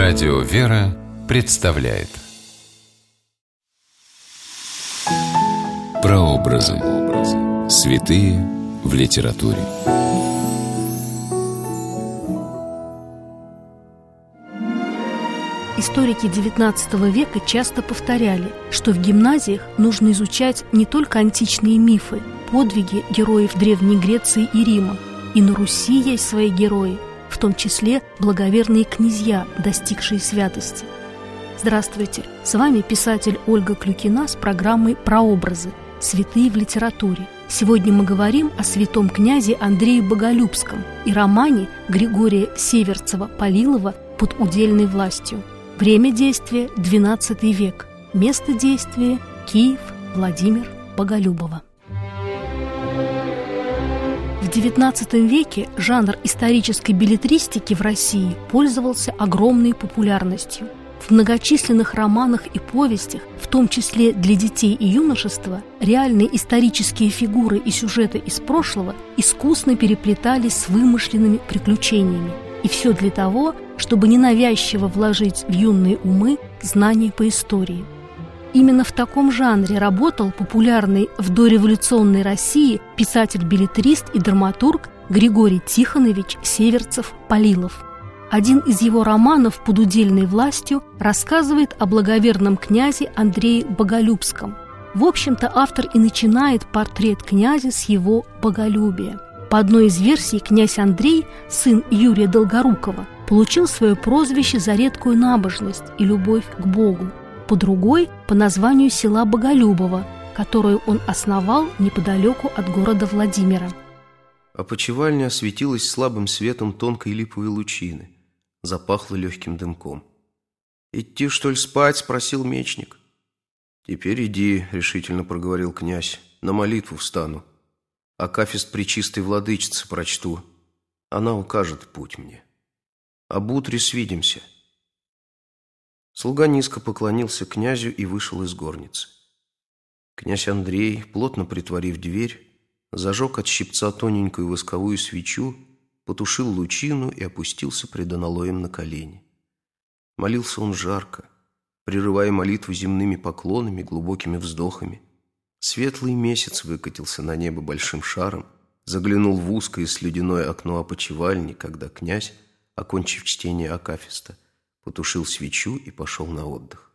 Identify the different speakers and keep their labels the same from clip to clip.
Speaker 1: Радио «Вера» представляет Прообразы. Святые в литературе.
Speaker 2: Историки XIX века часто повторяли, что в гимназиях нужно изучать не только античные мифы, подвиги героев Древней Греции и Рима. И на Руси есть свои герои, в том числе благоверные князья, достигшие святости. Здравствуйте! С вами писатель Ольга Клюкина с программой «Прообразы. Святые в литературе». Сегодня мы говорим о святом князе Андрее Боголюбском и романе Григория Северцева-Палилова «Под удельной властью». Время действия – XII век. Место действия – Киев, Владимир Боголюбова. В XIX веке жанр исторической беллетристики в России пользовался огромной популярностью. В многочисленных романах и повестях, в том числе для детей и юношества, реальные исторические фигуры и сюжеты из прошлого искусно переплетались с вымышленными приключениями. И все для того, чтобы ненавязчиво вложить в юные умы знания по истории. Именно в таком жанре работал популярный в дореволюционной России писатель-беллетрист и драматург Григорий Тихонович Северцев-Палилов. Один из его романов «Под удельной властью» рассказывает о благоверном князе Андрее Боголюбском. В общем-то, автор и начинает портрет князя с его боголюбия. По одной из версий, князь Андрей, сын Юрия Долгорукова, получил свое прозвище за редкую набожность и любовь к Богу. По другой – по названию села Боголюбово, которое он основал неподалеку от города Владимира.
Speaker 3: Опочивальня осветилась слабым светом тонкой липовой лучины, запахло легким дымком. «Идти, что ли, спать?» – спросил мечник. «Теперь иди», – решительно проговорил князь, – «на молитву встану. Акафист Пречистой Владычицы прочту. Она укажет путь мне. Об утре свидимся». Слуга низко поклонился князю и вышел из горницы. Князь Андрей, плотно притворив дверь, зажег от щипца тоненькую восковую свечу, потушил лучину и опустился пред аналоем на колени. Молился он жарко, прерывая молитву земными поклонами, глубокими вздохами. Светлый месяц выкатился на небо большим шаром, заглянул в узкое слюдяное окно опочивальни, когда князь, окончив чтение акафиста, потушил свечу и пошел на отдых.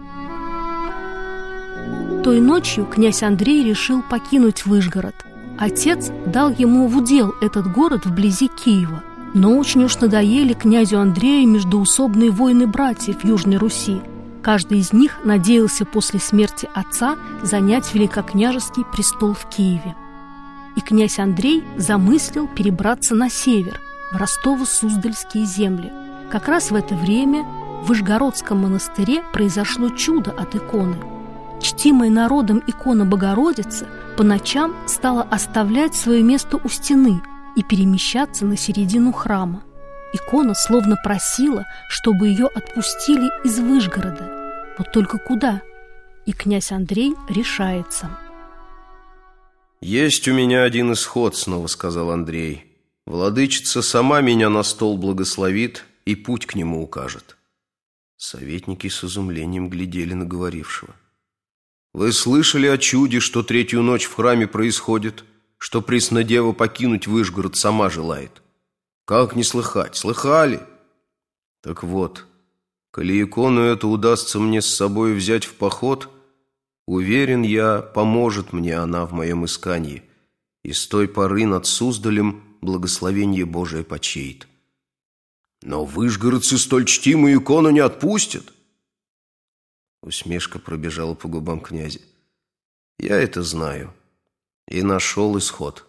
Speaker 2: Той ночью князь Андрей решил покинуть Выжгород. Отец дал ему в удел этот город вблизи Киева, но очень уж надоели князю Андрею междоусобные войны братьев Южной Руси. Каждый из них надеялся после смерти отца занять великокняжеский престол в Киеве. И князь Андрей замыслил перебраться на север, в Ростово-Суздальские земли. Как раз в это время в Вышгородском монастыре произошло чудо от иконы. Чтимая народом икона Богородицы по ночам стала оставлять свое место у стены и перемещаться на середину храма. Икона словно просила, чтобы ее отпустили из Выжгорода. Вот только куда? И князь Андрей решается.
Speaker 3: «Есть у меня один исход», — снова сказал Андрей. «Владычица сама меня на стол благословит и путь к нему укажет». Советники с изумлением глядели на говорившего. «Вы слышали о чуде, что третью ночь в храме происходит, что Преснодева покинуть Выжгород сама желает? Как не слыхать? Слыхали? Так вот, коли икону эту удастся мне с собой взять в поход, уверен я, поможет мне она в моем искании, и с той поры над Суздалем благословение Божие почеет. Но выжгородцы столь чтимую икону не отпустят». Усмешка пробежала по губам князя. «Я это знаю и нашел исход».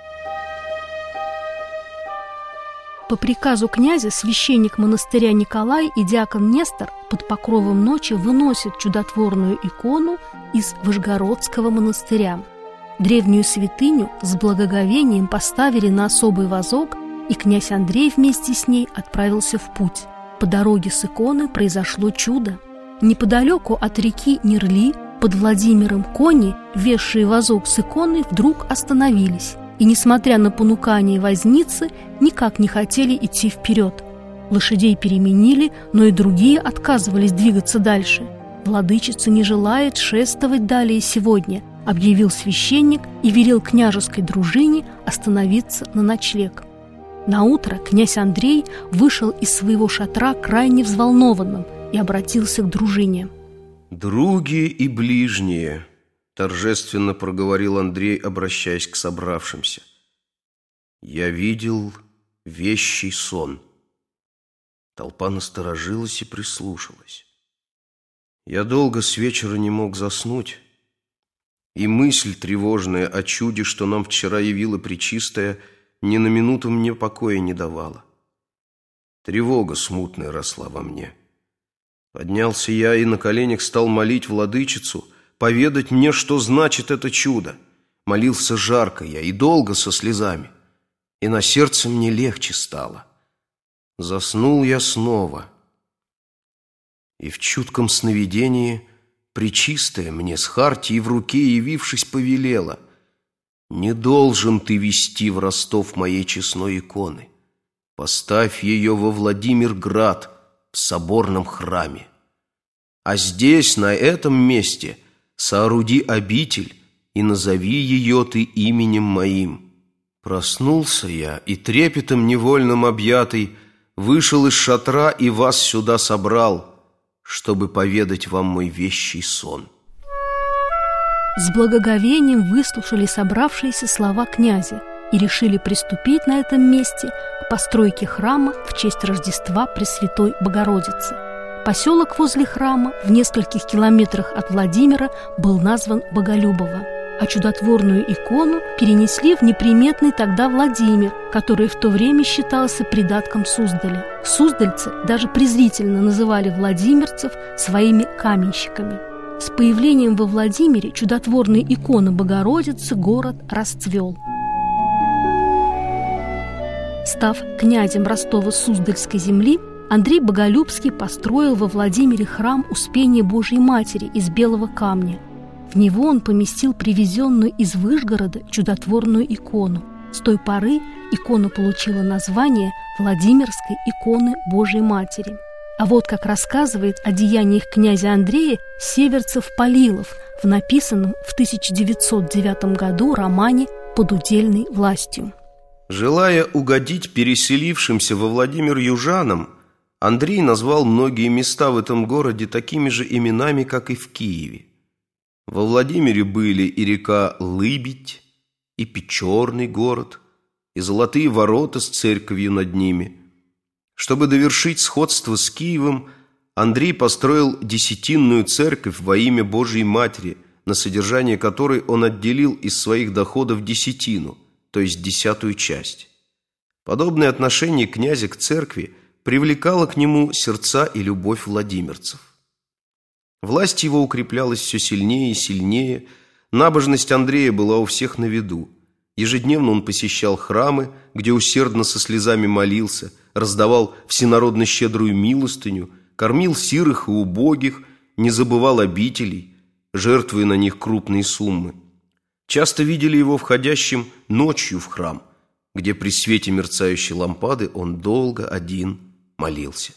Speaker 2: По приказу князя священник монастыря Николай и диакон Нестор под покровом ночи выносят чудотворную икону из Вышгородского монастыря. Древнюю святыню с благоговением поставили на особый вазок, и князь Андрей вместе с ней отправился в путь. По дороге с иконы произошло чудо. Неподалеку от реки Нерли, под Владимиром, кони, везшие вазок с иконой, вдруг остановились и, несмотря на понукание возницы, никак не хотели идти вперед. Лошадей переменили, но и другие отказывались двигаться дальше. «Владычица не желает шествовать далее сегодня», — объявил священник и велел княжеской дружине остановиться на ночлег. Наутро князь Андрей вышел из своего шатра крайне взволнованным и обратился к дружине.
Speaker 3: «Други и ближние», — торжественно проговорил Андрей, обращаясь к собравшимся, — «я видел вещий сон». Толпа насторожилась и прислушалась. Я долго с вечера не мог заснуть, и мысль тревожная о чуде, что нам вчера явила Пречистая, ни на минуту мне покоя не давала. Тревога смутная росла во мне. Поднялся я и на коленях стал молить владычицу поведать мне, что значит это чудо. Молился жарко я и долго со слезами, и на сердце мне легче стало. Заснул я снова, и в чутком сновидении Пречистая мне с хартией в руке, явившись, повелела: «Не должен ты вести в Ростов моей честной иконы. Поставь ее во Владимир-град в соборном храме. А здесь, на этом месте, сооруди обитель и назови ее ты именем моим». Проснулся я и трепетом невольным объятый вышел из шатра и вас сюда собрал, чтобы поведать вам мой вещий сон.
Speaker 2: С благоговением выслушали собравшиеся слова князя и решили приступить на этом месте к постройке храма в честь Рождества Пресвятой Богородицы. Поселок возле храма в нескольких километрах от Владимира был назван Боголюбово, а чудотворную икону перенесли в неприметный тогда Владимир, который в то время считался придатком Суздаля. Суздальцы даже презрительно называли владимирцев своими каменщиками. С появлением во Владимире чудотворной иконы Богородицы город расцвел. Став князем Ростово-Суздальской земли, Андрей Боголюбский построил во Владимире храм Успения Божьей Матери из белого камня. В него он поместил привезенную из Вышгорода чудотворную икону. С той поры икона получила название Владимирской иконы Божьей Матери. А вот как рассказывает о деяниях князя Андрея Северцев-Полилов в написанном в 1909 году романе «Под удельной властью».
Speaker 3: Желая угодить переселившимся во Владимир южанам, Андрей назвал многие места в этом городе такими же именами, как и в Киеве. Во Владимире были и река Лыбедь, и Печорный город, и золотые ворота с церковью над ними. Чтобы довершить сходство с Киевом, Андрей построил десятинную церковь во имя Божьей Матери, на содержание которой он отделил из своих доходов десятину, то есть 10-ю часть. Подобное отношение князя к церкви привлекало к нему сердца и любовь владимирцев. Власть его укреплялась все сильнее и сильнее, набожность Андрея была у всех на виду. Ежедневно он посещал храмы, где усердно со слезами молился, раздавал всенародно щедрую милостыню, кормил сирых и убогих, не забывал обителей, жертвуя на них крупные суммы. Часто видели его входящим ночью в храм, где при свете мерцающей лампады он долго один молился.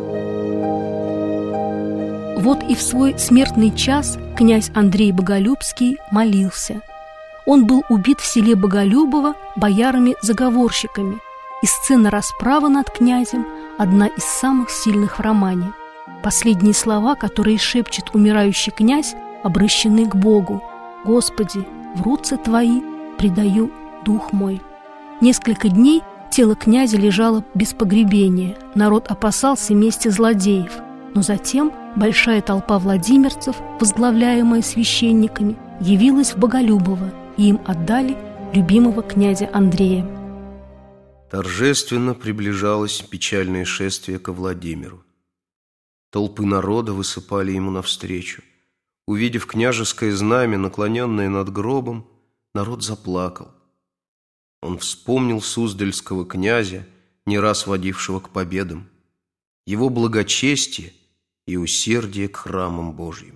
Speaker 2: Вот и в свой смертный час князь Андрей Боголюбский молился. Он был убит в селе Боголюбово боярами-заговорщиками, и сцена расправы над князем – одна из самых сильных в романе. Последние слова, которые шепчет умирающий князь, обращены к Богу: «Господи, в руцы Твои предаю дух мой». Несколько дней тело князя лежало без погребения, народ опасался мести злодеев, но затем большая толпа владимирцев, возглавляемая священниками, явилась в Боголюбово, и им отдали любимого князя Андрея.
Speaker 3: Торжественно приближалось печальное шествие ко Владимиру. Толпы народа высыпали ему навстречу. Увидев княжеское знамя, наклоненное над гробом, народ заплакал. Он вспомнил суздальского князя, не раз водившего к победам, его благочестие и усердие к храмам Божьим.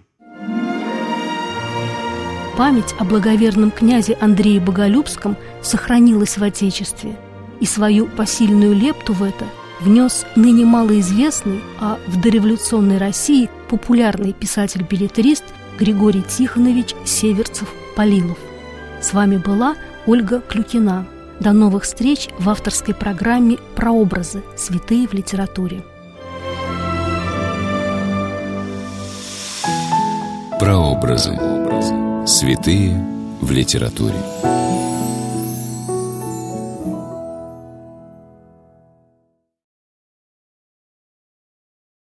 Speaker 2: Память о благоверном князе Андрее Боголюбском сохранилась в Отечестве, и свою посильную лепту в это внес ныне малоизвестный, а в дореволюционной России популярный писатель-беллетрист Григорий Тихонович Северцев-Полилов. С вами была Ольга Клюкина. До новых встреч в авторской программе «Прообразы. Святые в литературе».
Speaker 1: Прообразы. Святые в литературе.